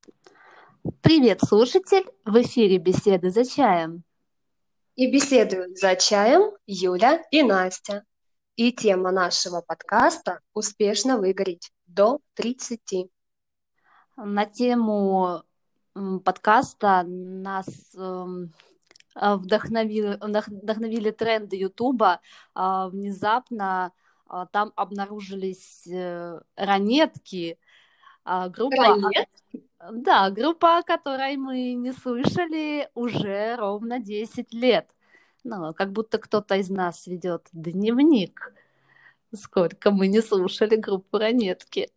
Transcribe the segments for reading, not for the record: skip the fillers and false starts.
Привет, слушатель! В эфире беседы за чаем. И беседуют за чаем Юля и Настя. И тема нашего подкаста «Успешно выгореть до 30». На тему подкаста нас вдохновили тренды Ютуба. Внезапно там обнаружились ранетки, Ранее. группа, о которой мы не слышали уже ровно 10 лет. Ну, как будто кто-то из нас ведет дневник. Сколько мы не слушали группу Ранетки.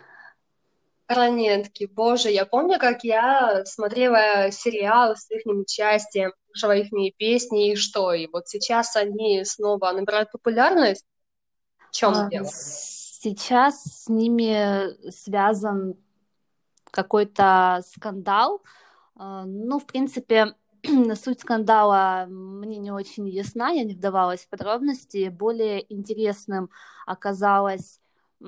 Ранетки. Боже, я помню, как я смотрела сериал с их участием, слушала их песни, и что. И вот сейчас они снова набирают популярность. В чем дело? Сейчас с ними связан какой-то скандал. Ну, в принципе, суть скандала мне не очень ясна, я не вдавалась в подробности. Более интересным оказалось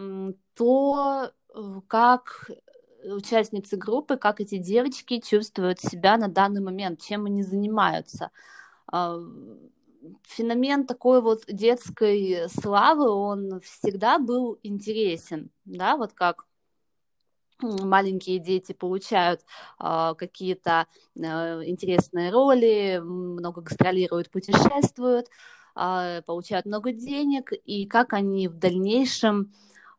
то, как участницы группы, как эти девочки чувствуют себя на данный момент, чем они занимаются. А, Феномен такой вот детской славы, он всегда был интересен, да, вот как маленькие дети получают какие-то интересные роли, много гастролируют, путешествуют, получают много денег, и как они в дальнейшем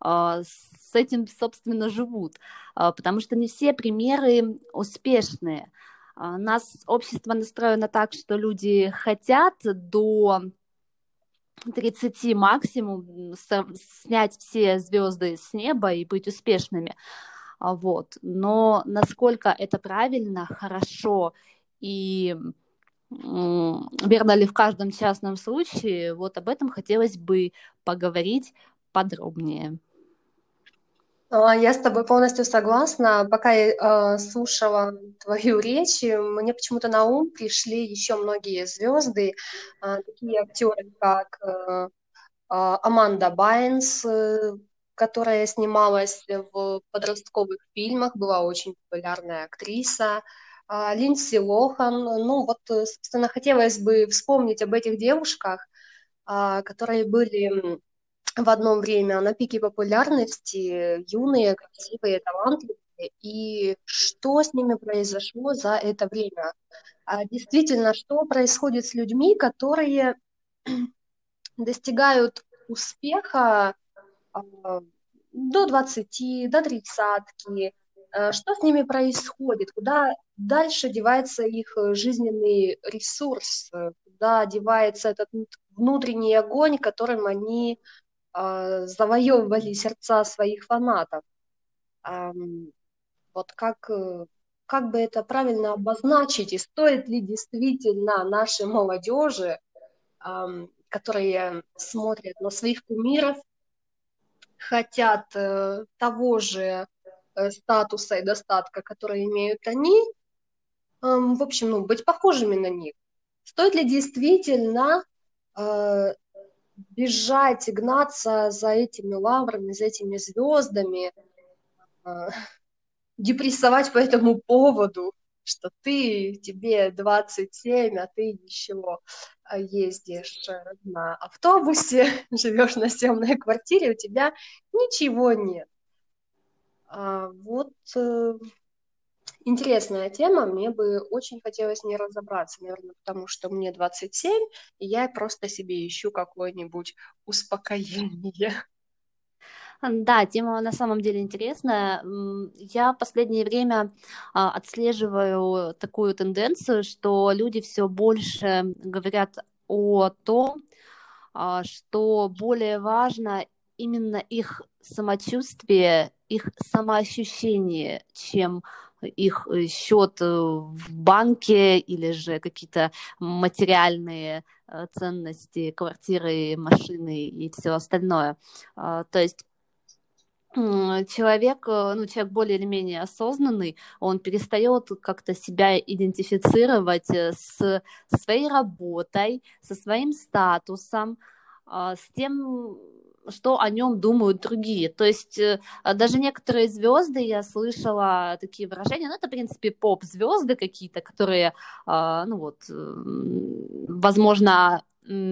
с этим, собственно, живут. Потому что не все примеры успешные. Нас общество настроено так, что люди хотят до 30 максимум снять все звезды с неба и быть успешными. Вот. Но насколько это правильно, хорошо и верно ли в каждом частном случае, вот об этом хотелось бы поговорить подробнее. Я с тобой полностью согласна. Пока я слушала твою речь, мне почему-то на ум пришли еще многие звезды, такие актеры, как Аманда Байнс, которая снималась в подростковых фильмах, была очень популярная актриса, Линдси Лохан. Ну вот, собственно, хотелось бы вспомнить об этих девушках, которые были в одно время на пике популярности, юные, красивые, талантливые, и что с ними произошло за это время. Действительно, что происходит с людьми, которые достигают успеха а, до 20, до 30, что с ними происходит, куда дальше девается их жизненный ресурс, куда девается этот внутренний огонь, которым они завоевывали сердца своих фанатов. Вот как бы это правильно обозначить, и стоит ли действительно нашей молодежи, которые смотрят на своих кумиров, хотят того же статуса и достатка, который имеют они, в общем, ну, быть похожими на них. Стоит ли действительно э, бежать, гнаться за этими лаврами, за этими звездами, э, депрессовать по этому поводу, что тебе 27, а ты еще ездишь на автобусе, живешь на съемной квартире, у тебя ничего нет. Вот интересная тема, мне бы очень хотелось в ней разобраться, наверное, потому что мне 27, и я просто себе ищу какое-нибудь успокоение. Да, тема на самом деле интересная. Я в последнее время отслеживаю такую тенденцию, что люди все больше говорят о том, что более важно именно их самочувствие, их самоощущение, чем их счет в банке или же какие-то материальные ценности, квартиры, машины и все остальное. То есть человек более или менее осознанный, он перестает как-то себя идентифицировать со своей работой, со своим статусом, с тем, что о нем думают другие. То есть даже некоторые звезды, я слышала такие выражения, ну это, в принципе, поп-звезды какие-то, которые, ну вот, возможно,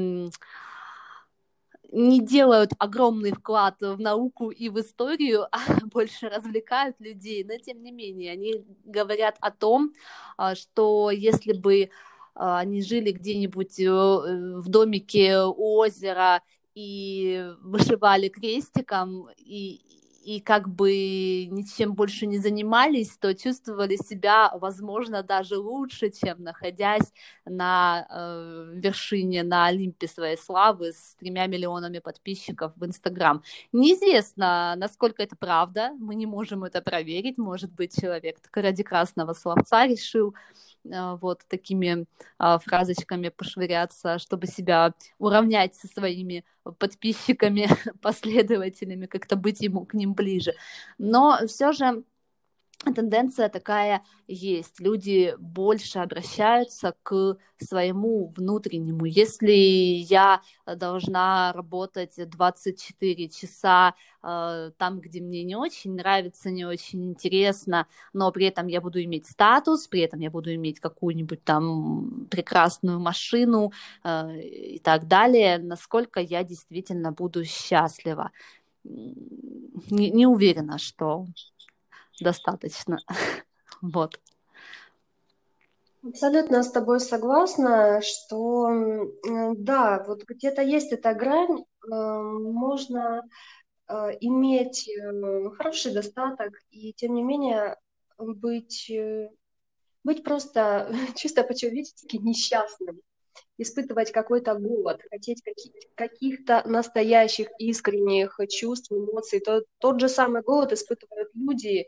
не делают огромный вклад в науку и в историю, а больше развлекают людей, но тем не менее они говорят о том, что если бы они жили где-нибудь в домике у озера и вышивали крестиком, и как бы ничем больше не занимались, то чувствовали себя, возможно, даже лучше, чем находясь на вершине, на Олимпе своей славы с 3 миллионами подписчиков в Инстаграм. Неизвестно, насколько это правда, мы не можем это проверить, может быть, человек так ради красного словца решил вот такими фразочками пошвыряться, чтобы себя уравнять со своими подписчиками, последователями, как-то быть ему к ним ближе. Но все же тенденция такая есть. Люди больше обращаются к своему внутреннему. Если я должна работать 24 часа там, где мне не очень нравится, не очень интересно, но при этом я буду иметь статус, при этом я буду иметь какую-нибудь там прекрасную машину и так далее, насколько я действительно буду счастлива. Не уверена, что достаточно. Вот. Абсолютно с тобой согласна, что да, вот где-то есть эта грань, можно иметь хороший достаток и тем не менее быть, быть просто чисто по-человечески несчастным, испытывать какой-то голод, хотеть каких-то настоящих искренних чувств, эмоций. Тот же самый голод испытывают люди,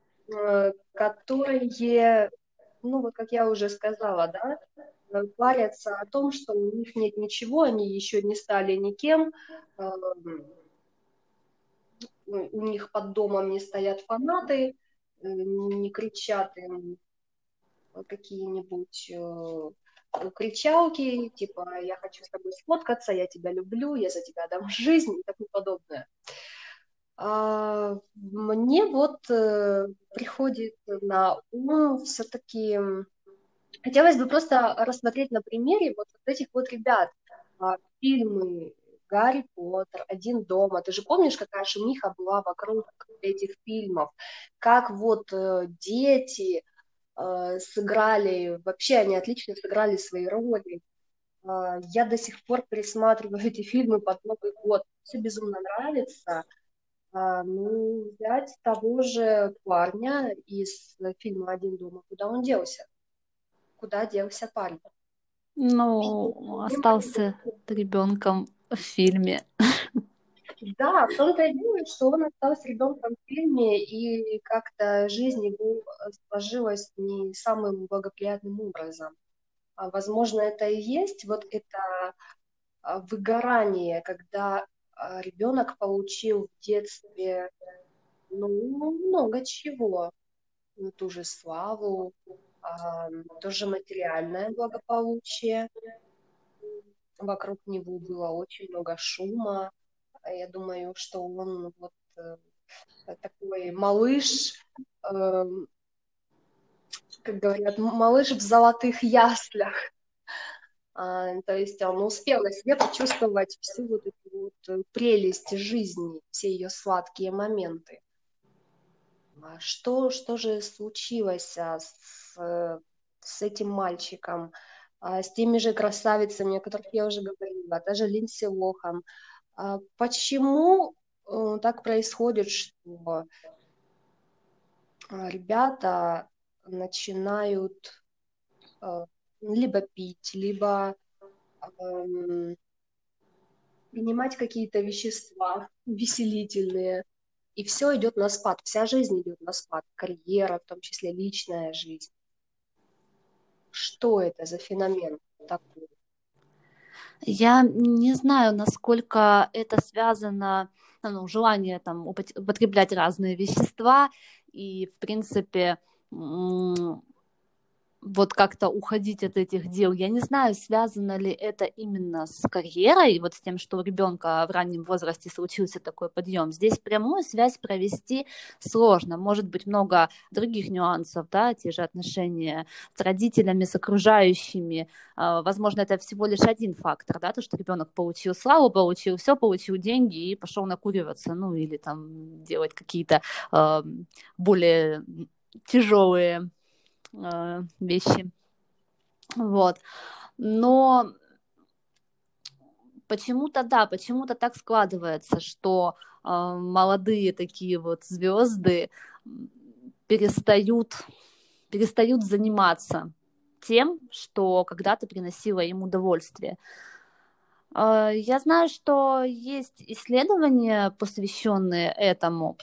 которые, ну вот как я уже сказала, да, парятся о том, что у них нет ничего, они еще не стали никем, у них под домом не стоят фанаты, не кричат им какие-нибудь кричалки, типа «я хочу с тобой сфоткаться», «я тебя люблю», «я за тебя дам жизнь» и тому подобное. Мне вот приходит на ум все-таки, хотелось бы просто рассмотреть на примере вот этих вот ребят. Фильмы «Гарри Поттер», «Один дома». Ты же помнишь, какая шумиха была вокруг этих фильмов? Как вот дети сыграли, вообще они отлично сыграли свои роли. Я до сих пор пересматриваю эти фильмы под Новый год. Все безумно нравится. Ну, взять того же парня из фильма «Один дома», куда он делся? Куда делся парень? Что Ну, с ним остался ребенком в фильме. Да, в том-то и дело, что он остался ребенком в фильме, и как-то жизнь его сложилась не самым благоприятным образом. Возможно, это и есть вот это выгорание, когда ребенок получил в детстве ну, много чего, ну, ту же славу, тоже материальное благополучие. Вокруг него было очень много шума. Я думаю, что он вот такой малыш, как говорят, малыш в золотых яслях. То есть он успел на себе почувствовать всю вот эту вот прелесть жизни, все ее сладкие моменты. Что же случилось с этим мальчиком, с теми же красавицами, о которых я уже говорила, даже Линдси Лохан? Почему так происходит, что ребята начинают либо пить, либо принимать какие-то вещества веселительные, и все идет на спад, вся жизнь идет на спад, карьера, в том числе личная жизнь. Что это за феномен такой? Я не знаю, насколько это связано, ну, желание там употреблять разные вещества, и, в принципе, вот как-то уходить от этих дел. Я не знаю, связано ли это именно с карьерой, вот с тем, что у ребенка в раннем возрасте случился такой подъем. Здесь прямую связь провести сложно. Может быть, много других нюансов, да, те же отношения с родителями, с окружающими. Возможно, это всего лишь один фактор, да, то, что ребенок получил славу, получил все, получил деньги и пошел накуриваться, ну, или там делать какие-то более тяжелые вещи. Вот. Но почему-то, да, почему-то так складывается, что молодые такие вот звезды перестают заниматься тем, что когда-то приносило им удовольствие. Я знаю, что есть исследования, посвященные этому,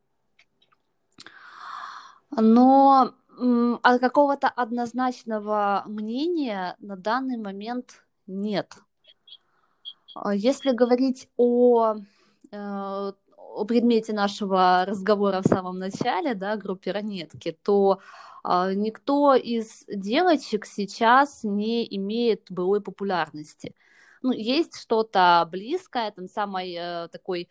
но какого-то однозначного мнения на данный момент нет. Если говорить о предмете нашего разговора в самом начале, да, группе «Ранетки», то никто из девочек сейчас не имеет былой популярности. Ну, есть что-то близкое, там, самой такой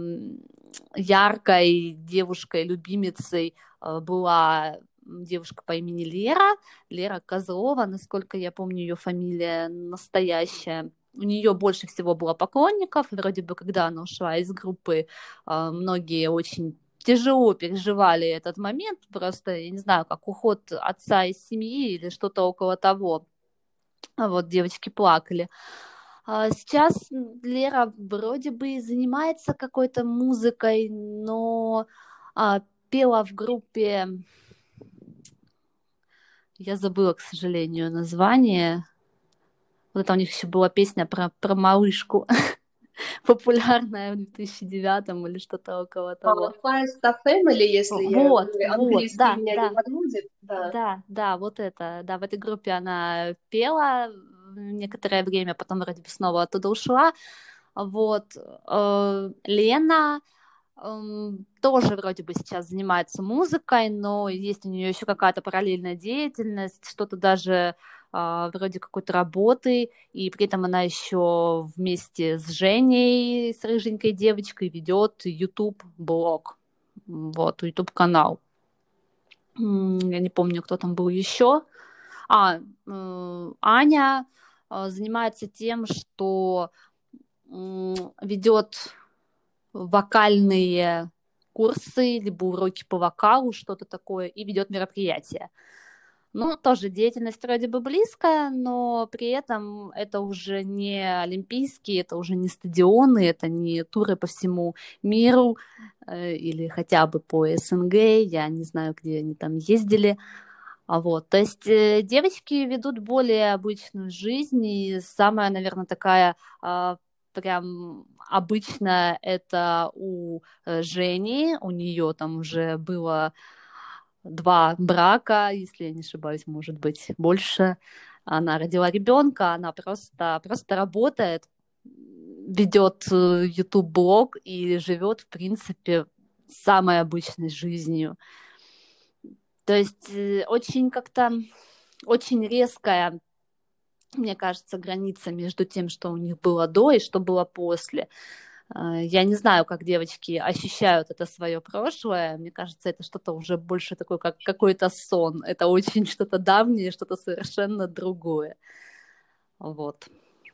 яркой девушкой, любимицей была девушка по имени Лера Козлова, насколько я помню, ее фамилия настоящая. У нее больше всего было поклонников, вроде бы, когда она ушла из группы, многие очень тяжело переживали этот момент, просто, я не знаю, как уход отца из семьи или что-то около того. Вот девочки плакали. Сейчас Лера вроде бы занимается какой-то музыкой, но пела в группе, я забыла, к сожалению, название. Вот это у них еще была песня про малышку, популярная в 2009 или что-то около того. Fires of Family, если я Вот, английский да, меня не подводит, да. да, вот это, да, в этой группе она пела некоторое время, потом вроде бы снова оттуда ушла. Вот, Лена тоже вроде бы сейчас занимается музыкой, но есть у нее еще какая-то параллельная деятельность, что-то даже вроде какой-то работы, и при этом она еще вместе с Женей, с рыженькой девочкой, ведет YouTube-блог, вот, YouTube-канал. Я не помню, кто там был еще. Аня занимается тем, что ведет вокальные курсы, либо уроки по вокалу, что-то такое, и ведет мероприятия. Ну, тоже деятельность вроде бы близкая, но при этом это уже не олимпийские, это уже не стадионы, это не туры по всему миру или хотя бы по СНГ, я не знаю, где они там ездили. Вот, то есть девочки ведут более обычную жизнь, и самая, наверное, такая прям обычная это у Жени, у нее там уже было 2 брака, если я не ошибаюсь, может быть, больше. Она родила ребенка, она просто работает, ведет YouTube-блог и живет, в принципе, самой обычной жизнью. То есть очень как-то, очень резкая, мне кажется, граница между тем, что у них было до и что было после. Я не знаю, как девочки ощущают это свое прошлое. Мне кажется, это что-то уже больше такое, как какой-то сон. Это очень что-то давнее, что-то совершенно другое. Вот.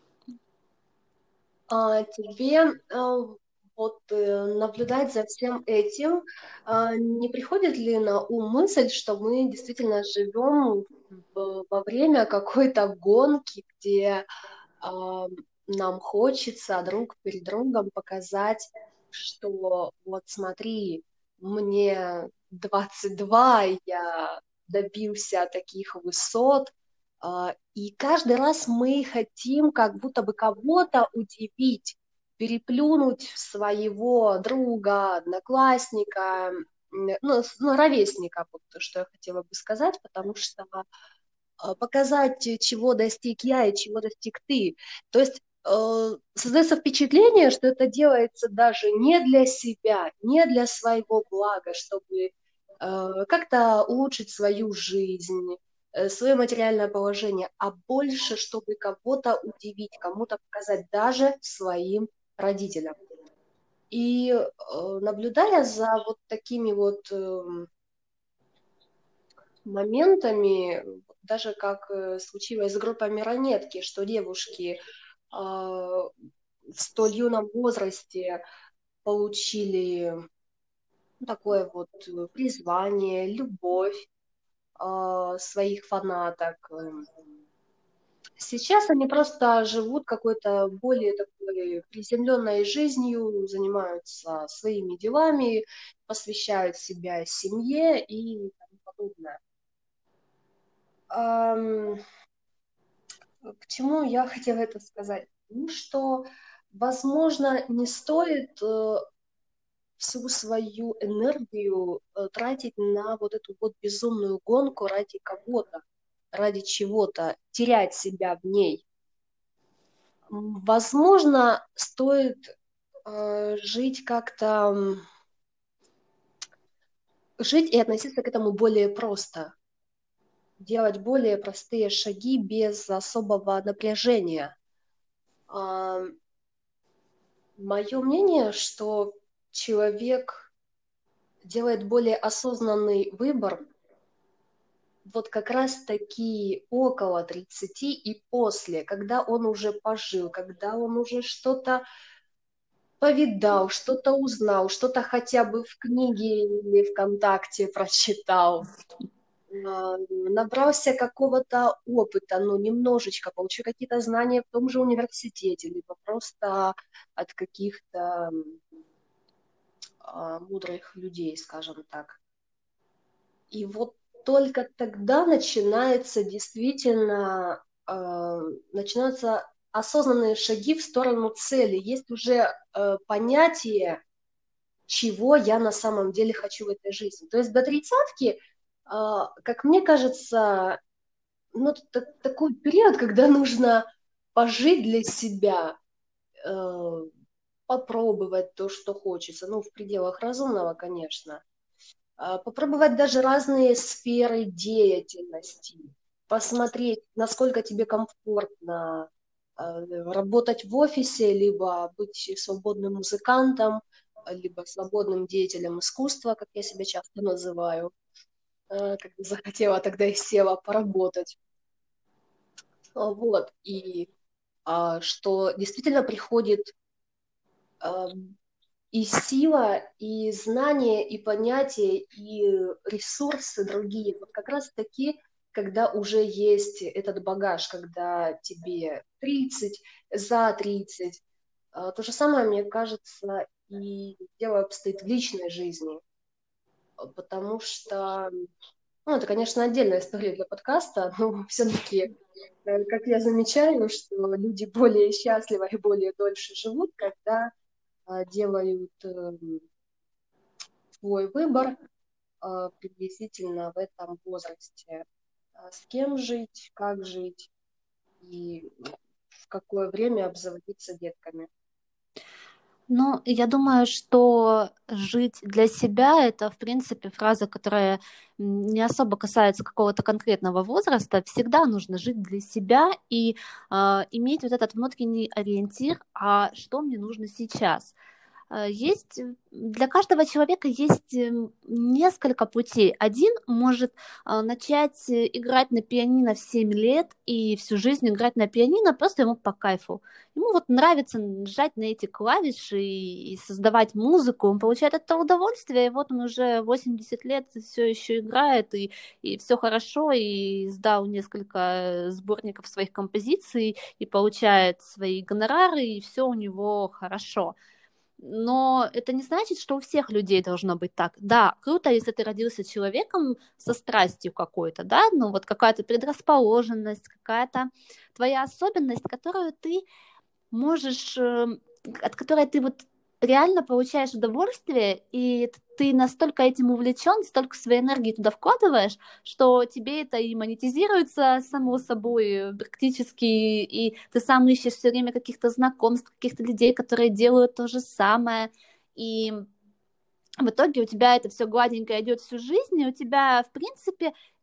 Тебе вот наблюдать за всем этим, не приходит ли на ум мысль, что мы действительно живем во время какой-то гонки, где нам хочется друг перед другом показать, что вот смотри, мне 22, я добился таких высот, и каждый раз мы хотим как будто бы кого-то удивить, переплюнуть своего друга, одноклассника, ровесника, вот то, что я хотела бы сказать, потому что показать, чего достиг я и чего достиг ты. То есть создается впечатление, что это делается даже не для себя, не для своего блага, чтобы как-то улучшить свою жизнь, свое материальное положение, а больше, чтобы кого-то удивить, кому-то показать, даже своим родителям. И наблюдая за вот такими вот моментами, даже как случилось с группой «Марионетки», что девушки в столь юном возрасте получили такое вот призвание, любовь своих фанаток. Сейчас они просто живут какой-то более такой приземленной жизнью, занимаются своими делами, посвящают себя семье и тому подобное. К чему я хотела это сказать? Ну, что, возможно, не стоит всю свою энергию тратить на вот эту вот безумную гонку ради кого-то, ради чего-то, терять себя в ней. Возможно, стоит жить как-то, жить и относиться к этому более просто, делать более простые шаги без особого напряжения. Мое мнение, что человек делает более осознанный выбор вот как раз-таки около 30 и после, когда он уже пожил, когда он уже что-то повидал, что-то узнал, что-то хотя бы в книге или ВКонтакте прочитал, набрался какого-то опыта, ну, немножечко, получил какие-то знания в том же университете, либо просто от каких-то мудрых людей, скажем так. И вот только тогда начинается действительно, начинаются осознанные шаги в сторону цели. Есть уже понятие, чего я на самом деле хочу в этой жизни. То есть до тридцатки, как мне кажется, ну, такой период, когда нужно пожить для себя, попробовать то, что хочется, ну, в пределах разумного, конечно. Попробовать даже разные сферы деятельности, посмотреть, насколько тебе комфортно работать в офисе, либо быть свободным музыкантом, либо свободным деятелем искусства, как я себя часто называю. Когда захотела, тогда и села поработать. Вот. И что действительно приходит и сила, и знания, и понятия, и ресурсы другие. Вот как раз таки, когда уже есть этот багаж, когда тебе 30, за 30. То же самое, мне кажется, и дело обстоит в личной жизни. Потому что, ну, это, конечно, отдельная история для подкаста, но все-таки, как я замечаю, что люди более счастливо и более дольше живут, когда делают свой выбор приблизительно в этом возрасте. С кем жить, как жить и в какое время обзаводиться детками. Ну, я думаю, что жить для себя — это, в принципе, фраза, которая не особо касается какого-то конкретного возраста. Всегда нужно жить для себя и иметь вот этот внутренний ориентир, а что мне нужно сейчас. Есть для каждого человека есть несколько путей. Один может начать играть на пианино в 7 лет и всю жизнь играть на пианино, просто ему по кайфу. Ему вот нравится нажать на эти клавиши и создавать музыку, он получает от этого удовольствие, и вот он уже 80 лет все еще играет, и все хорошо, и издал несколько сборников своих композиций, и получает свои гонорары, и все у него хорошо. Но это не значит, что у всех людей должно быть так. Да, круто, если ты родился человеком со страстью какой-то, да, ну вот какая-то предрасположенность, какая-то твоя особенность, которую ты можешь, от которой ты вот реально получаешь удовольствие, и ты настолько этим увлечен, столько своей энергии туда вкладываешь, что тебе это и монетизируется само собой практически, и ты сам ищешь все время каких-то знакомств, каких-то людей, которые делают то же самое, и в итоге у тебя это все гладенько идет всю жизнь, и у тебя, в принципе,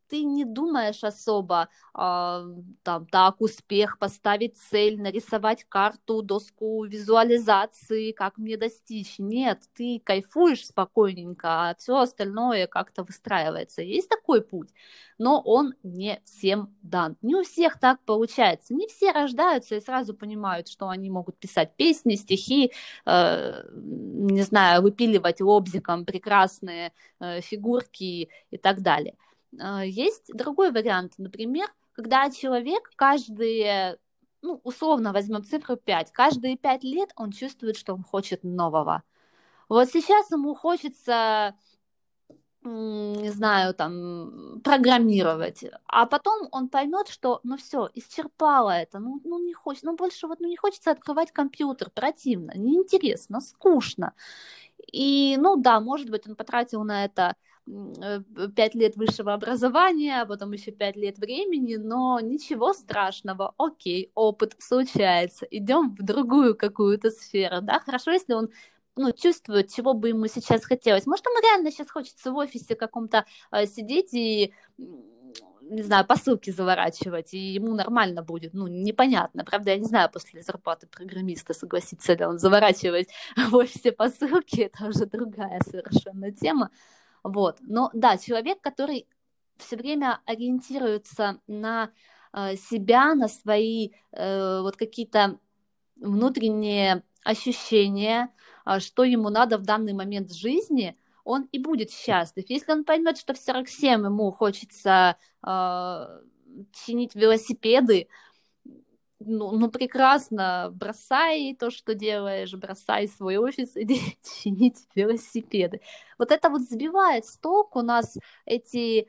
ты не думаешь особо, там, так, успех, поставить цель, нарисовать карту, доску визуализации, как мне достичь. Нет, ты кайфуешь спокойненько, а все остальное как-то выстраивается. Есть такой путь, но он не всем дан. Не у всех так получается. Не все рождаются и сразу понимают, что они могут писать песни, стихи, не знаю, выпиливать лобзиком прекрасные фигурки и так далее. Есть другой вариант, например, когда человек каждые, ну, условно возьмем цифру 5, каждые 5 лет он чувствует, что он хочет нового. Вот сейчас ему хочется, не знаю, там, программировать, а потом он поймет, что, ну все, исчерпало это, ну не хочется, ну больше вот, ну не хочется открывать компьютер, противно, неинтересно, скучно. И, ну да, может быть, он потратил на это 5 лет высшего образования, а потом еще 5 лет времени, но ничего страшного, окей, опыт случается, идем в другую какую-то сферу, да, хорошо, если он, ну, чувствует, чего бы ему сейчас хотелось. Может, ему реально сейчас хочется в офисе каком-то сидеть и, не знаю, посылки заворачивать, и ему нормально будет, ну, непонятно, правда, я не знаю, после зарплаты программиста согласится ли он заворачивать в офисе посылки, это уже другая совершенно тема, вот, но да, человек, который все время ориентируется на себя, на свои вот какие-то внутренние ощущения, что ему надо в данный момент жизни, он и будет счастлив. Если он поймет, что в 47 ему хочется чинить велосипеды, ну прекрасно, бросай то, что делаешь, бросай свой офис, иди чинить велосипеды. Вот это вот сбивает с толку нас эти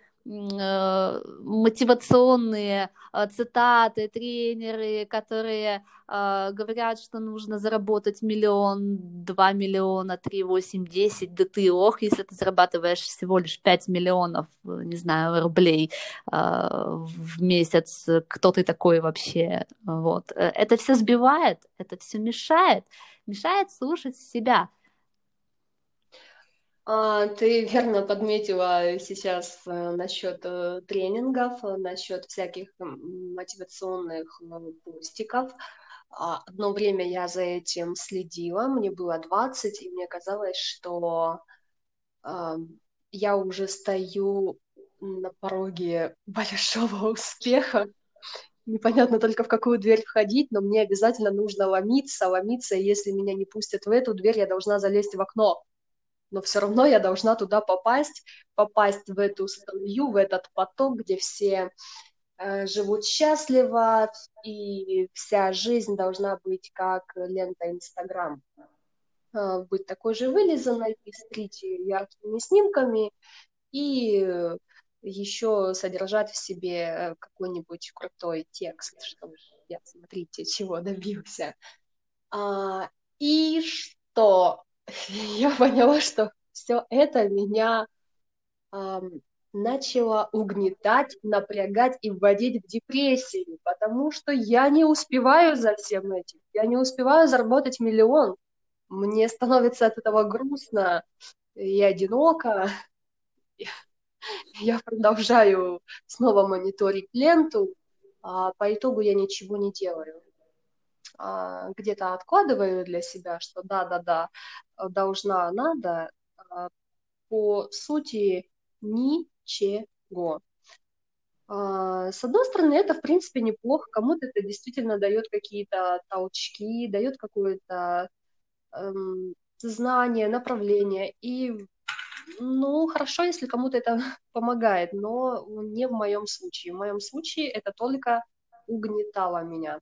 мотивационные цитаты, тренеры, которые говорят, что нужно заработать 1, 2 миллиона, 3, 8, 10, да ты ох, если ты зарабатываешь всего лишь 5 миллионов, не знаю, рублей в месяц, кто ты такой вообще, вот. Это все сбивает, это все мешает слушать себя. Ты верно подметила сейчас насчет тренингов, насчет всяких мотивационных постиков. Одно время я за этим следила, мне было 20, и мне казалось, что я уже стою на пороге большого успеха. Непонятно только в какую дверь входить, но мне обязательно нужно ломиться, и если меня не пустят в эту дверь, я должна залезть в окно. Но все равно я должна туда попасть в эту струю, в этот поток, где все живут счастливо, и вся жизнь должна быть как лента Инстаграм. Быть такой же вылизанной, пестрить яркими снимками и еще содержать в себе какой-нибудь крутой текст, что я, смотрите, чего добился. И что? Я поняла, что все это меня начало угнетать, напрягать и вводить в депрессию, потому что я не успеваю за всем этим, я не успеваю заработать 1 миллион, мне становится от этого грустно и одиноко, я продолжаю снова мониторить ленту, а по итогу я ничего не делаю. Где-то откладываю для себя, что да, должна, надо, по сути ничего. С одной стороны, это, в принципе, неплохо, кому-то это действительно дает какие-то толчки, дает какое-то знание, направление, и, ну, хорошо, если кому-то это помогает, но не в моем случае. В моем случае это только угнетало меня.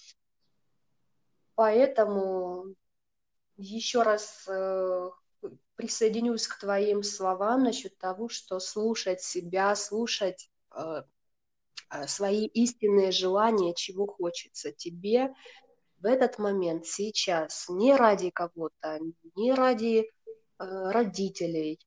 Поэтому еще раз присоединюсь к твоим словам насчет того, что слушать себя, слушать свои истинные желания, чего хочется тебе в этот момент, сейчас, не ради кого-то, не ради родителей,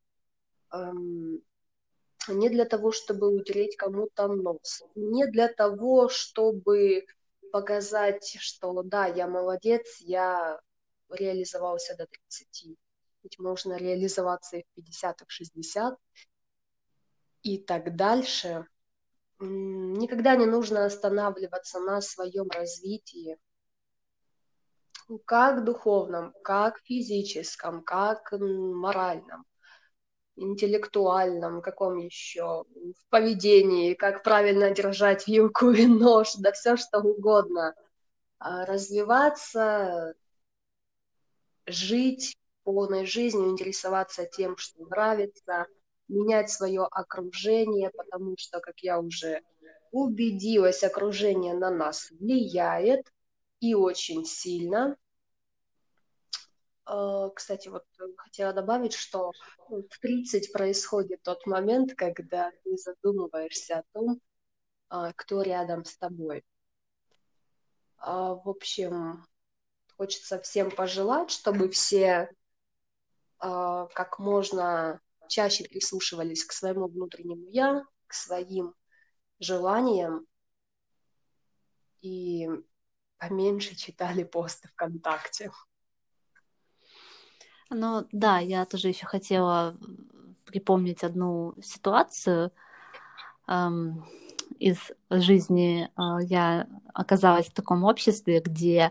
не для того, чтобы утереть кому-то нос, не для того, чтобы показать, что да, я молодец, я реализовался до 30. Ведь можно реализоваться и в 50, и в 60, и так дальше. Никогда не нужно останавливаться на своем развитии, как духовном, как физическом, как моральном, интеллектуальном, каком еще, в поведении, как правильно держать вилку и нож, да все что угодно. Развиваться, жить полной жизнью, интересоваться тем, что нравится, менять свое окружение, потому что, как я уже убедилась, окружение на нас влияет и очень сильно. Кстати, вот хотела добавить, что в 30 происходит тот момент, когда ты задумываешься о том, кто рядом с тобой. В общем, хочется всем пожелать, чтобы все как можно чаще прислушивались к своему внутреннему «я», к своим желаниям и поменьше читали посты ВКонтакте. Ну да, я тоже еще хотела припомнить одну ситуацию из жизни. Я оказалась в таком обществе, где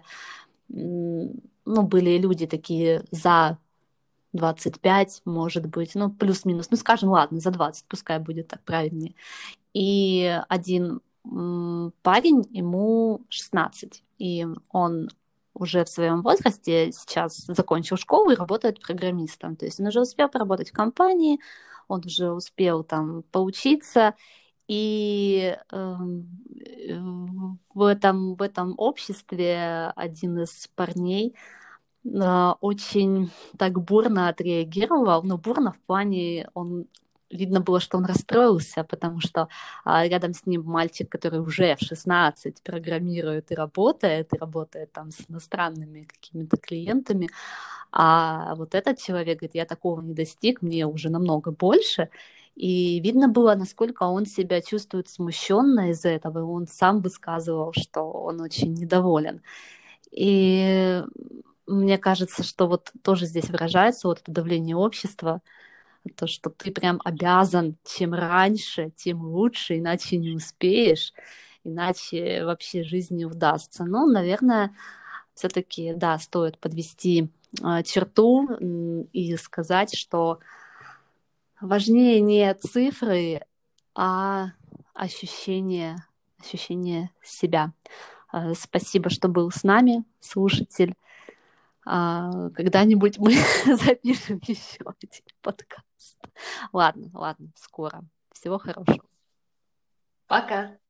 были люди такие за 25, может быть, плюс-минус, скажем, ладно, за 20, пускай будет так правильнее. И один парень, ему 16, и он уже в своем возрасте сейчас закончил школу и работает программистом. То есть он уже успел поработать в компании, он уже успел там поучиться, и в этом обществе один из парней очень так бурно отреагировал, но бурно в плане видно было, что он расстроился, потому что рядом с ним мальчик, который уже в 16 программирует и работает там с иностранными какими-то клиентами, а вот этот человек говорит, я такого не достиг, мне уже намного больше, и видно было, насколько он себя чувствует смущенно из-за этого, и он сам высказывал, что он очень недоволен. И мне кажется, что вот тоже здесь выражается вот это давление общества, то, что ты прям обязан, чем раньше, тем лучше, иначе не успеешь, иначе вообще жизнь не удастся. Но, наверное, все-таки, да, стоит подвести черту и сказать, что важнее не цифры, а ощущение себя. Спасибо, что был с нами, слушатель. Когда-нибудь мы запишем еще один подкаст. Ладно, скоро. Всего хорошего. Пока!